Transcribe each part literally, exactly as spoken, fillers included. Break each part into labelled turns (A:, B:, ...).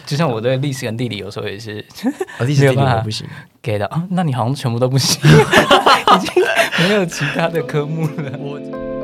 A: 就像我对历史跟地理有时候也是
B: 哦，历史地理我不行
A: 给的啊，那你好像全部都不行，已经没有其他的科目了。我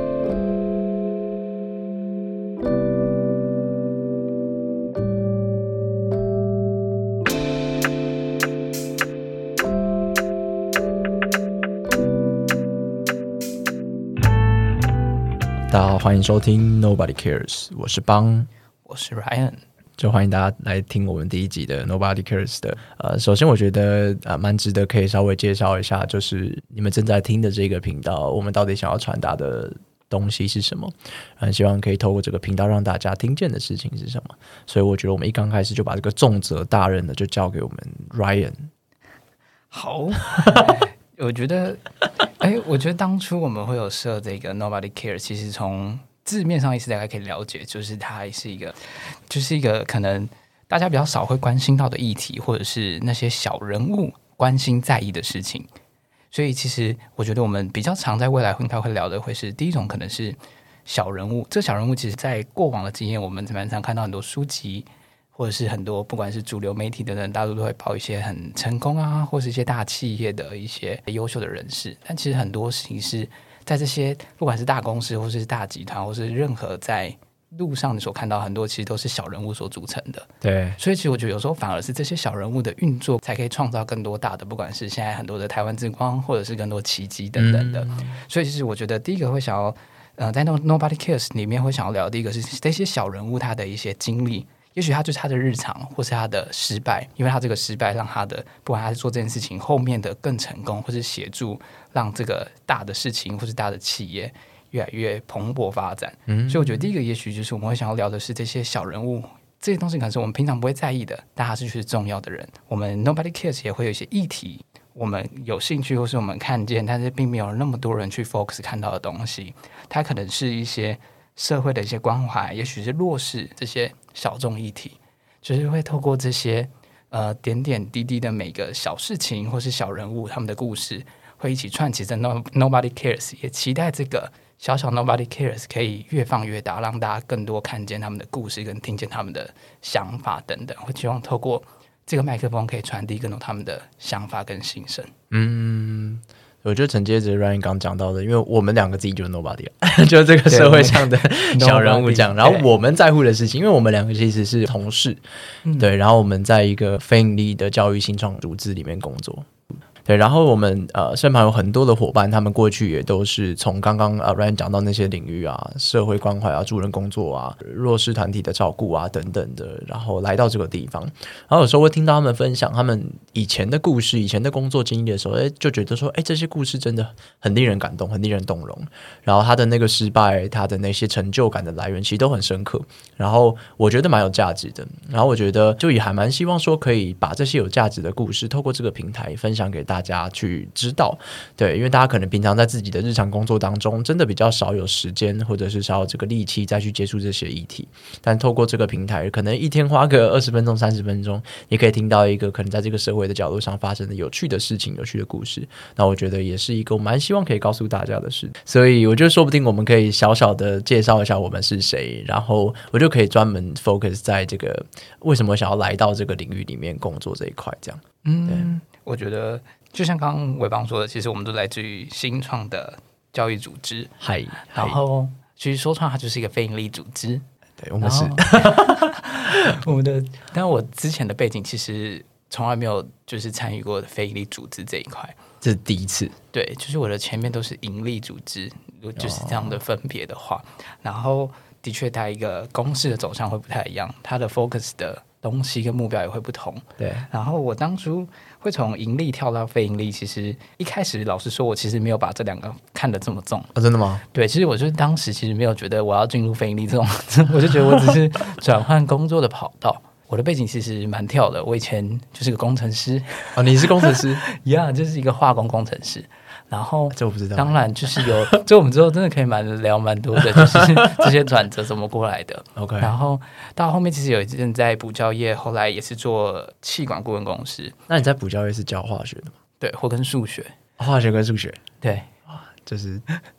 B: 大家好，欢迎收听 Nobody Cares， 我是邦，
A: 我是 Ryan，
B: 就欢迎大家来听我们第一集的 Nobody Cares 的。呃，首先我觉得呃蛮值得可以稍微介绍一下，就是你们正在听的这个频道，我们到底想要传达的东西是什么？呃，希望可以透过这个频道让大家听见的事情是什么。所以我觉得我们一刚开始就把这个重责大任的就交给我们 Ryan。
A: 好。我觉得，哎，我觉得当初我们会有设这个 Nobody Care， 其实从字面上意思大概可以了解，就是它还是一个，就是一个可能大家比较少会关心到的议题，或者是那些小人物关心在意的事情。所以其实我觉得我们比较常在未来应该会聊的，会是第一种可能是小人物。这小人物其实在过往的经验，我们蛮常看到很多书籍。或者是很多不管是主流媒体等等，大陆都会报一些很成功啊，或是一些大企业的一些优秀的人士。但其实很多事情是在这些不管是大公司，或是大集团，或是任何在路上你所看到很多，其实都是小人物所组成的。
B: 对，
A: 所以其实我觉得有时候反而是这些小人物的运作，才可以创造更多大的，不管是现在很多的台湾之光，或者是更多奇迹等等的。嗯、所以其实我觉得第一个会想要呃，在 Nobody Cares 里面会想要聊的第一个是这些小人物他的一些经历。也许他就是他的日常，或是他的失败，因为他这个失败让他的不管他是做这件事情后面的更成功，或是协助让这个大的事情或是大的企业越来越蓬勃发展。嗯，所以我觉得第一个也许就是我们会想要聊的是这些小人物，这些东西可能是我们平常不会在意的，但他是确实重要的人。我们 Nobody Cares 也会有一些议题，我们有兴趣或是我们看见，但是并没有那么多人去 focus 看到的东西，它可能是一些社会的一些关怀，也许是弱势这些小众议题，就是会透过这些呃点点滴滴的每个小事情或是小人物他们的故事，会一起串起这 Nobody Cares， 也期待这个小小 Nobody Cares 可以越放越大，让大家更多看见他们的故事跟听见他们的想法等等，会希望透过这个麦克风可以传递更多他们的想法跟心声。
B: 嗯，我觉得承接着 Ryan 刚讲到的，因为我们两个自己就是 nobody 了，就是这个社会上的小人物这样。然后我们在乎的事情，因为我们两个其实是同事，对，然后我们在一个非营利的教育新创组织里面工作。对，然后我们呃身旁有很多的伙伴，他们过去也都是从刚刚呃 Ryan 讲到那些领域啊，社会关怀啊、助人工作啊、弱势团体的照顾啊等等的，然后来到这个地方，然后有时候会听到他们分享他们以前的故事、以前的工作经历的时候，哎，就觉得说，哎，这些故事真的很令人感动，很令人动容。然后他的那个失败，他的那些成就感的来源，其实都很深刻。然后我觉得蛮有价值的。然后我觉得就也还蛮希望说，可以把这些有价值的故事，透过这个平台分享给大家。大家去知道，对，因为大家可能平常在自己的日常工作当中，真的比较少有时间，或者是少有这个力气再去接触这些议题。但透过这个平台，可能一天花个二十分钟、三十分钟，你可以听到一个可能在这个社会的角落上发生的有趣的事情、有趣的故事。那我觉得也是一个我蛮希望可以告诉大家的事。所以我觉得说不定我们可以小小的介绍一下我们是谁，然后我就可以专门 focus 在这个为什么想要来到这个领域里面工作这一块，这样。
A: 嗯，我觉得。就像刚刚伟邦说的，其实我们都来自于新创的教育组织，
B: 嗨，
A: 然后其实说创它就是一个非营利组织，
B: 对，我们是
A: 我们的，但我之前的背景其实从来没有就是参与过非营利组织这一块，
B: 这是第一次。
A: 对，就是我的前面都是营利组织，就是这样的分别的话，然后的确它一个公司的走向会不太一样，它的 focus 的东西跟目标也会不同。
B: 对，
A: 然后我当初会从盈利跳到非盈利，其实一开始老实说，我其实没有把这两个看得这么重。
B: 哦，真的吗？
A: 对，其实我就当时其实没有觉得我要进入非盈利这种，我就觉得我只是转换工作的跑道。我的背景其实蛮跳的，我以前就是个工程师。
B: 哦，你是工程师？
A: 呀、yeah, 就是一个化工工程师。然后
B: 这我不知道，
A: 当然就是有，这我们之后真的可以蛮聊蛮多的，就是这些转折怎么过来的。
B: OK，
A: 然后到后面其实有一阵在补教业，后来也是做企管顾问公司。
B: 那你在补教业是教化学的吗？
A: 对，或跟数学，
B: 化学跟数学，
A: 对，
B: 哇，就是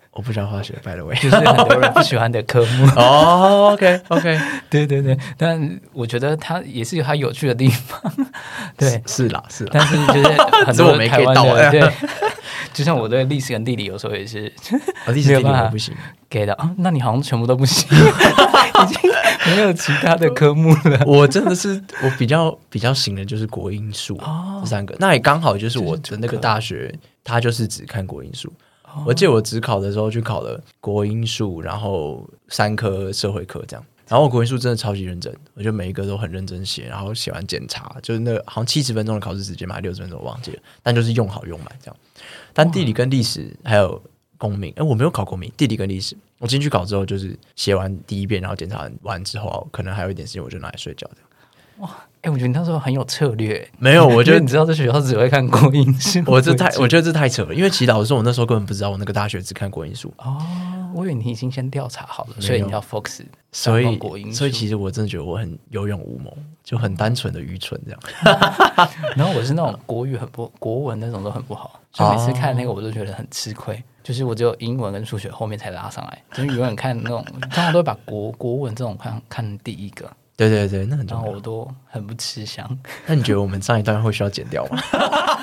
B: 我不喜欢化学 by the way
A: 就是很多人不喜欢的科目
B: 哦 OK OK
A: 对对对，但我觉得它也是有它有趣的地方对，
B: 是, 是啦是啦，
A: 但是就是很多台湾的对，就像我对历史跟地理有时候也是、
B: 哦、历史地理我不行
A: 给的、啊、那你好像全部都不行已经没有其他的科目了
B: 我真的是我比较比较行的就是国英数、哦、这三个，那也刚好就是我的那个大学它就是只看国英数、哦、我记得我只考的时候去考了国英数然后三科社会科这样，然后我国英数真的超级认真，我就每一个都很认真写，然后写完检查就是那个好像七十分钟的考试时间嘛，六十分钟我忘记了，但就是用好用满这样。但地理跟历史还有公民，哎，我没有考公民，地理跟历史我进去考之后就是写完第一遍，然后检查完之后可能还有一点时间我就拿来睡觉的。
A: 哇，哎，我觉得你那时候很有策略。
B: 没有，我觉得
A: 你知道这学校只会看国英数，
B: 我这太我觉得这太扯了，因为其实老实说我那时候根本不知道我那个大学只看国英数。
A: 哦，我以为你已经先调查好了，所以你要 focus
B: 所以
A: 国英数，
B: 所以其实我真的觉得我很有勇无谋，就很单纯的愚蠢这样。
A: 然后我是那种国语很不国文那种都很不好，所以每次看那个我都觉得很吃亏。就是我只有英文跟数学后面才拉上来，就是永远看那种，通常都会把国国文这种看看第一个。
B: 对对对，那很重要。
A: 然后我都很不吃香。
B: 那你觉得我们上一段会需要剪掉吗？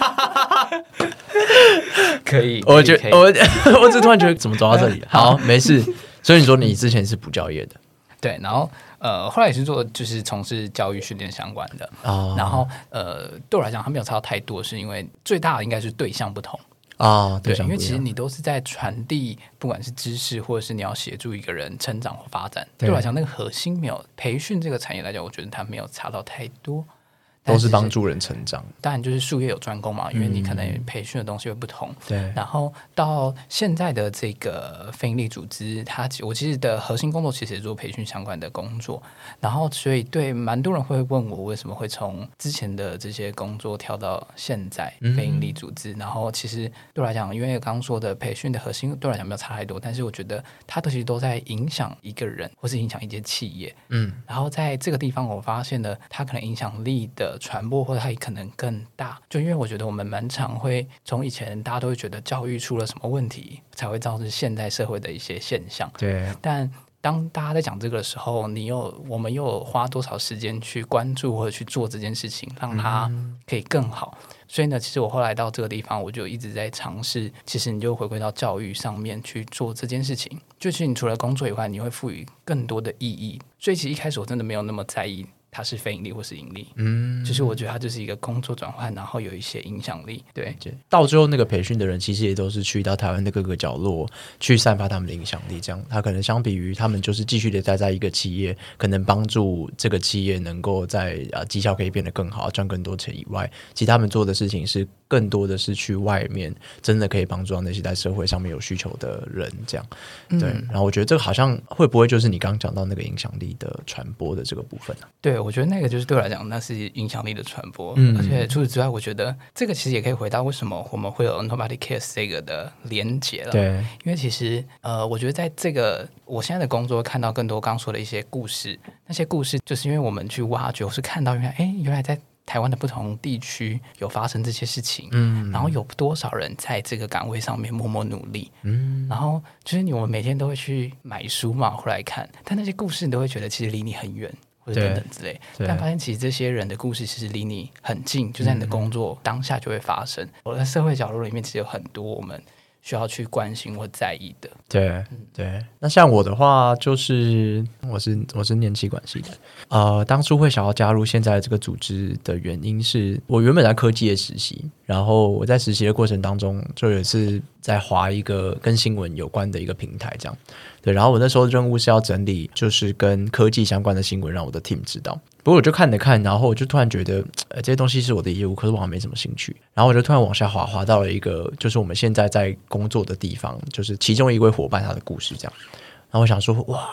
A: 可以，
B: 我觉得我我只突然觉得怎么走到这里？好，没事。所以你说你之前是补教业的，
A: 对，然后呃，后来也是做就是从事教育训练相关的。哦、然后呃，对我来讲，它没有差到太多，是因为最大的应该是对象不同。
B: 啊、哦，
A: 对，因为其实你都是在传递，不管是知识，或者是你要协助一个人成长或发展。对我来讲，那个核心没有培训这个产业来讲，我觉得它没有差到太多，
B: 都是帮助人成长。
A: 当然就是术业有专攻嘛，因为你可能培训的东西会不同。
B: 对、
A: 嗯，然后到现在的这个非营利组织，它我其实的核心工作其实也做培训相关的工作。然后，所以对蛮多人会问我为什么会从之前的这些工作跳到现在非营利组织。嗯、然后，其实对我来讲，因为刚刚说的培训的核心对我来讲没有差太多，但是我觉得它其实都在影响一个人，或是影响一些企业。嗯，然后在这个地方，我发现了它可能影响力的传播，或者它也可能更大。就因为我觉得我们蛮常会从以前大家都会觉得教育出了什么问题，才会造成现代社会的一些现象。
B: 对，
A: 但当大家在讲这个的时候，你又我们又有花多少时间去关注或者去做这件事情，让它可以更好。嗯、所以呢，其实我后来到这个地方，我就一直在尝试。其实你就回归到教育上面去做这件事情。就其实你除了工作以外，你会赋予更多的意义。所以其实一开始我真的没有那么在意它是非盈利或是盈利，嗯，就是我觉得它就是一个工作转换，然后有一些影响力。对，
B: 到最后那个培训的人其实也都是去到台湾的各个角落去散发他们的影响力，这样他可能相比于他们就是继续的待在一个企业，可能帮助这个企业能够在呃绩效可以变得更好，赚更多钱以外，其实他们做的事情是更多的是去外面真的可以帮助到那些在社会上面有需求的人，这样对、嗯。然后我觉得这个好像会不会就是你刚刚讲到那个影响力的传播的这个部分啊？
A: 对，我觉得那个就是对我来讲，那是影响力的传播。嗯，而且除此之外，我觉得这个其实也可以回到为什么我们会有 Nobody Cares 这个的连结了。
B: 对，
A: 因为其实呃，我觉得在这个我现在的工作看到更多刚说的一些故事，那些故事就是因为我们去挖掘，或是看到原来哎，原来在台湾的不同地区有发生这些事情，嗯，然后有多少人在这个岗位上面默默努力，嗯，然后就是我们每天都会去买书嘛，回来看，但那些故事你都会觉得其实离你很远。或者等等之类，但发现其实这些人的故事其实离你很近，就在你的工作当下就会发生。我、嗯、在社会角落里面，其实有很多我们需要去关心或在意的。
B: 对、嗯、对，那像我的话，就是我是我是念企管系的，呃，当初会想要加入现在的这个组织的原因是，我原本在科技业实习，然后我在实习的过程当中，就有一次在滑一个跟新闻有关的一个平台，这样。对，然后我那时候的任务是要整理就是跟科技相关的新闻，让我的 team 知道。不过我就看了看，然后我就突然觉得、呃、这些东西是我的业务，可是我好像没什么兴趣。然后我就突然往下滑，滑到了一个就是我们现在在工作的地方，就是其中一位伙伴他的故事这样。然后我想说，哇，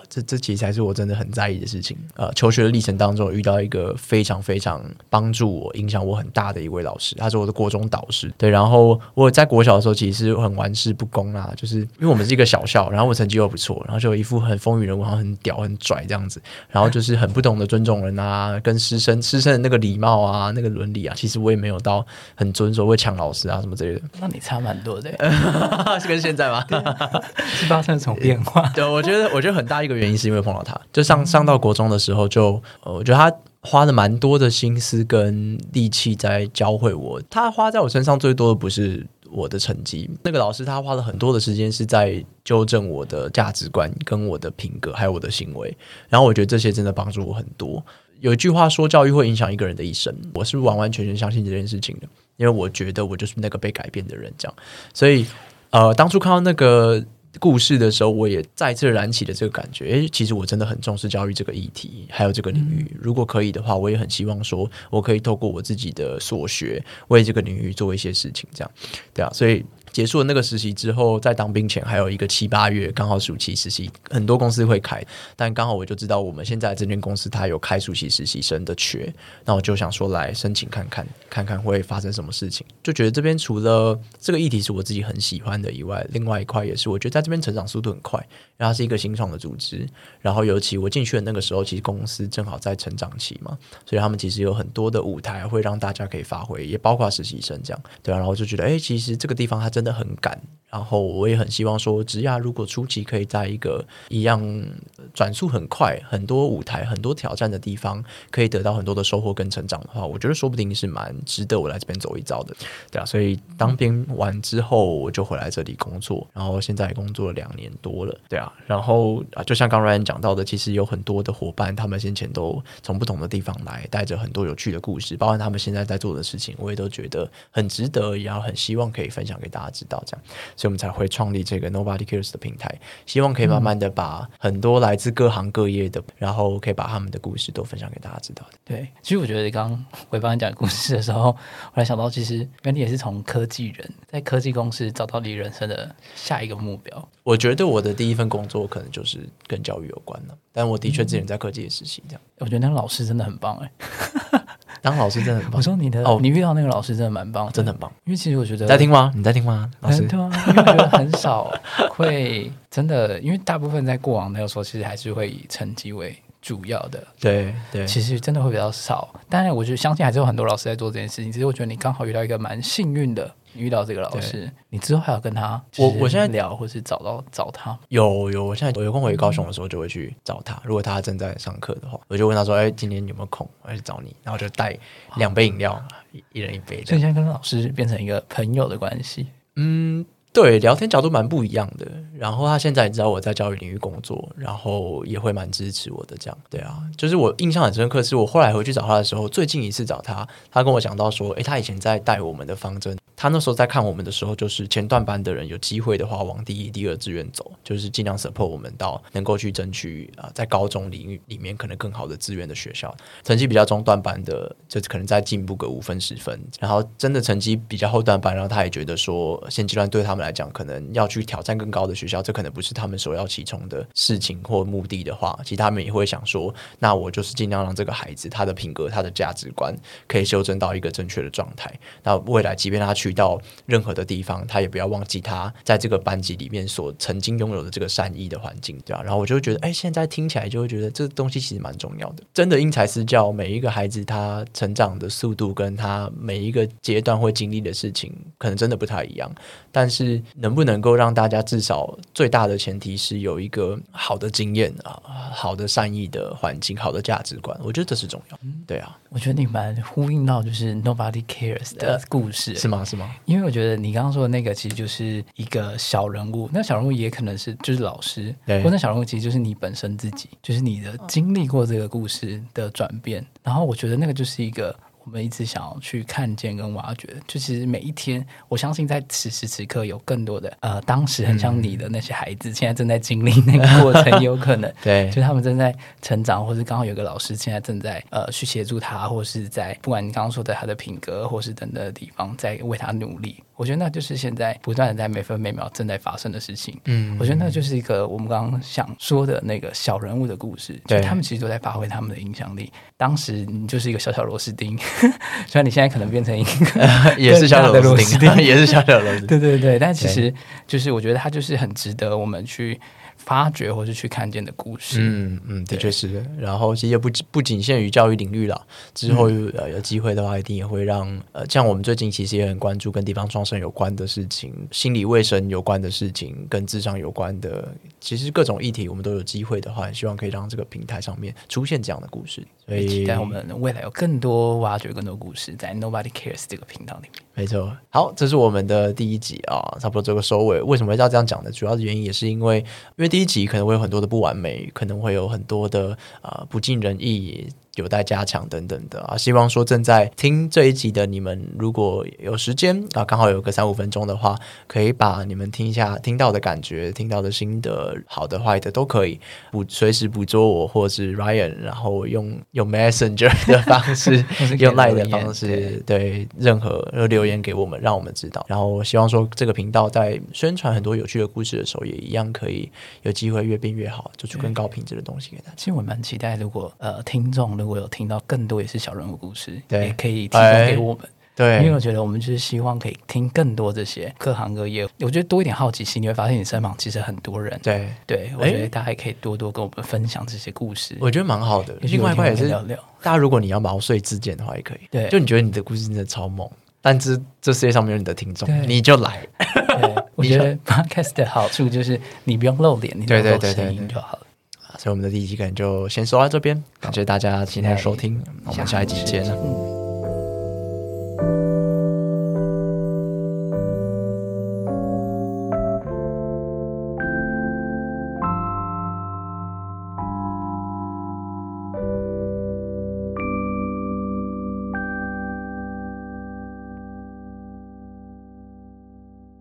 B: 这这其实才是我真的很在意的事情。呃，求学的历程当中，遇到一个非常非常帮助我、影响我很大的一位老师，他是我的国中导师。对，然后我在国小的时候其实是很玩世不恭啦，就是因为我们是一个小校，然后我成绩又不错，然后就有一副很风云人物，好像很屌、很拽这样子，然后就是很不懂得尊重人啊，跟师生师生的那个礼貌啊、那个伦理啊，其实我也没有到很遵守，会抢老师啊什么之类的。
A: 那你差蛮多的
B: 是跟现在吗？
A: 是发生了什么变化？
B: 对，我觉得我觉得很大一个原因是因为碰到他，就上上到国中的时候就，呃，我觉得他花了蛮多的心思跟力气在教会我。他花在我身上最多的不是我的成绩，那个老师他花了很多的时间是在纠正我的价值观跟我的品格还有我的行为，然后我觉得这些真的帮助我很多。有一句话说教育会影响一个人的一生，我是完完全全相信这件事情的，因为我觉得我就是那个被改变的人这样。所以呃，当初看到那个故事的时候，我也再次燃起了这个感觉，诶，其实我真的很重视教育这个议题还有这个领域，如果可以的话，我也很希望说我可以透过我自己的所学为这个领域做一些事情这样。对啊，所以结束了那个实习之后，在当兵前还有一个七八月，刚好暑期实习，很多公司会开，但刚好我就知道我们现在这间公司它有开暑期实习生的缺，那我就想说来申请看看，看看会发生什么事情。就觉得这边除了这个议题是我自己很喜欢的以外，另外一块也是我觉得在这边成长速度很快，然后它是一个新创的组织，然后尤其我进去的那个时候，其实公司正好在成长期嘛，所以他们其实有很多的舞台会让大家可以发挥，也包括实习生这样，对啊，然后就觉得哎，其实这个地方它真的很赶，然后我也很希望说职涯如果初期可以在一个一样转速很快、很多舞台、很多挑战的地方可以得到很多的收获跟成长的话，我觉得说不定是蛮值得我来这边走一遭的，对啊，所以当兵完之后我就回来这里工作，然后现在工作了两年多了，对啊，然后啊，就像刚 Ryan 讲到的，其实有很多的伙伴他们先前都从不同的地方来，带着很多有趣的故事，包括他们现在在做的事情，我也都觉得很值得，也要很希望可以分享给大家知道这样，所以我们才会创立这个 Nobody Cares 的平台，希望可以慢慢的把很多来自各行各业的，然后可以把他们的故事都分享给大家知道的。
A: 对，其实我觉得刚刚我帮你讲故事的时候，我才想到，其实原来你也是从科技人，在科技公司找到你人生的下一个目标。
B: 我觉得我的第一份工作可能就是跟教育有关了，但我的确之前在科技也实习这样。
A: 我觉得那个老师真的很棒哎、欸。
B: 当老师真的很棒。
A: 我说你的、哦、你遇到那个老师真的蛮棒的，
B: 真的很棒。
A: 因为其实我觉得
B: 你在听吗？你在听吗？老师，
A: 对啊，因为我觉得很少会真的，因为大部分在过往那个时候，其实还是会以成绩为主要的。
B: 对对，
A: 其实真的会比较少。当然，我觉得相信还是有很多老师在做这件事情。只是我觉得你刚好遇到一个蛮幸运的。你遇到这个老师，你之后还要跟他
B: 我我现在
A: 聊，或是找到找他？
B: 有有，我现在我有空回高雄的时候就会去找他。如果他正在上课的话，我就问他说：“哎，今天有没有空？我要去找你。”然后就带两杯饮料，一人一杯。
A: 所以现在跟老师变成一个朋友的关系。
B: 嗯。对，聊天角度蛮不一样的。然后他现在也知道我在教育领域工作，然后也会蛮支持我的这样。对啊，就是我印象很深刻，是我后来回去找他的时候，最近一次找他，他跟我讲到说，诶，他以前在带我们的方针，他那时候在看我们的时候，就是前段班的人有机会的话往第一、第二志愿走，就是尽量 support 我们到能够去争取啊、呃，在高中领域里面可能更好的资源的学校。成绩比较中段班的，就可能再进步个五分十分。然后真的成绩比较后段班，然后他也觉得说，现阶段对他们来讲，可能要去挑战更高的学校，这可能不是他们首要其冲的事情或目的的话，其实他们也会想说，那我就是尽量让这个孩子他的品格、他的价值观可以修正到一个正确的状态。那未来即便他去到任何的地方，他也不要忘记他在这个班级里面所曾经拥有的这个善意的环境，对吧、啊？然后我就会觉得，哎，现在听起来就会觉得这东西其实蛮重要的。真的因材施教，每一个孩子他成长的速度跟他每一个阶段会经历的事情，可能真的不太一样。但是能不能够让大家至少最大的前提是有一个好的经验啊，好的善意的环境，好的价值观，我觉得这是重要。对啊，
A: 我觉得你蛮呼应到就是 Nobody Cares 的故事，
B: 是吗？是吗？
A: 因为我觉得你刚刚说的那个其实就是一个小人物，那小人物也可能是就是老师，或那小人物其实就是你本身自己，就是你的经历过这个故事的转变。然后我觉得那个就是一个我们一直想要去看见跟挖掘，就其实每一天，我相信在此时此刻有更多的呃，当时很像你的那些孩子，嗯、现在正在经历那个过程，有可能
B: 对，
A: 就是他们正在成长，或是刚好有个老师现在正在呃去协助他，或是在不管你刚刚说的他的品格，或是等等的地方，在为他努力。 我觉得那就是现在不断的在每分每秒正在发生的事情。嗯，我觉得那就是一个我们刚刚想说的那个小人物的故事，就他们其实都在发挥他们的影响力。当时你就是一个小小螺丝钉，虽然你现在可能变成一个、呃、
B: 也是小小的螺丝钉，也是小小的螺丝钉，
A: 对对对，但其实就是我觉得它就是很值得我们去发掘或是去看见的故事。
B: 嗯嗯，的确是的。然后其实也不不仅限于教育领域啦，之后有、呃、有机会的话，一定也会让呃，像我们最近其实也很关注跟地方创生有关的事情、心理卫生有关的事情、跟智商有关的，其实各种议题我们都有机会的话，希望可以让这个平台上面出现这样的故事。所以
A: 期待我们未来有更多挖掘更多故事在 Nobody Cares 这个频道里面。
B: 没错，好，这是我们的第一集啊，差不多这个收尾。为什么要这样讲呢？主要的原因也是因为，因为第一集可能会有很多的不完美，可能会有很多的呃不尽人意，有待加强等等的啊。希望说正在听这一集的你们，如果有时间啊，刚好有个三五分钟的话，可以把你们听一下听到的感觉、听到的心得，好的坏的都可以，捕随时捕捉我或是 Ryan， 然后用用 Messenger 的方式，用 Line 的方式，对, 对任何留言给我们，让我们知道。然后希望说这个频道在宣传很多有趣的故事的时候，也一样可以有机会越变越好，做出更高品质的东西给大家。
A: 其实我蛮期待，如果呃听众如果有听到更多也是小人物故事，
B: 对，
A: 也可以提供给我们。
B: 对，
A: 因为我觉得我们就是希望可以听更多这些各行各业，我觉得多一点好奇心，你会发现你身旁其实很多人。
B: 对
A: 对，我觉得大家可以多多跟我们分享这些故事，
B: 我觉得蛮好的。另外一块也是
A: 聊聊，
B: 大家如果你要毛遂自荐的话也可以。
A: 对，
B: 就你觉得你的故事真的超猛，但这这世界上没有你的听众，你就来。
A: 对，我觉得 podcast 的好处就是你不用露脸，你只露声音就好了。
B: 所以我们的第一集可能就先说到这边，感谢大家今天的收听，我们下一集见了。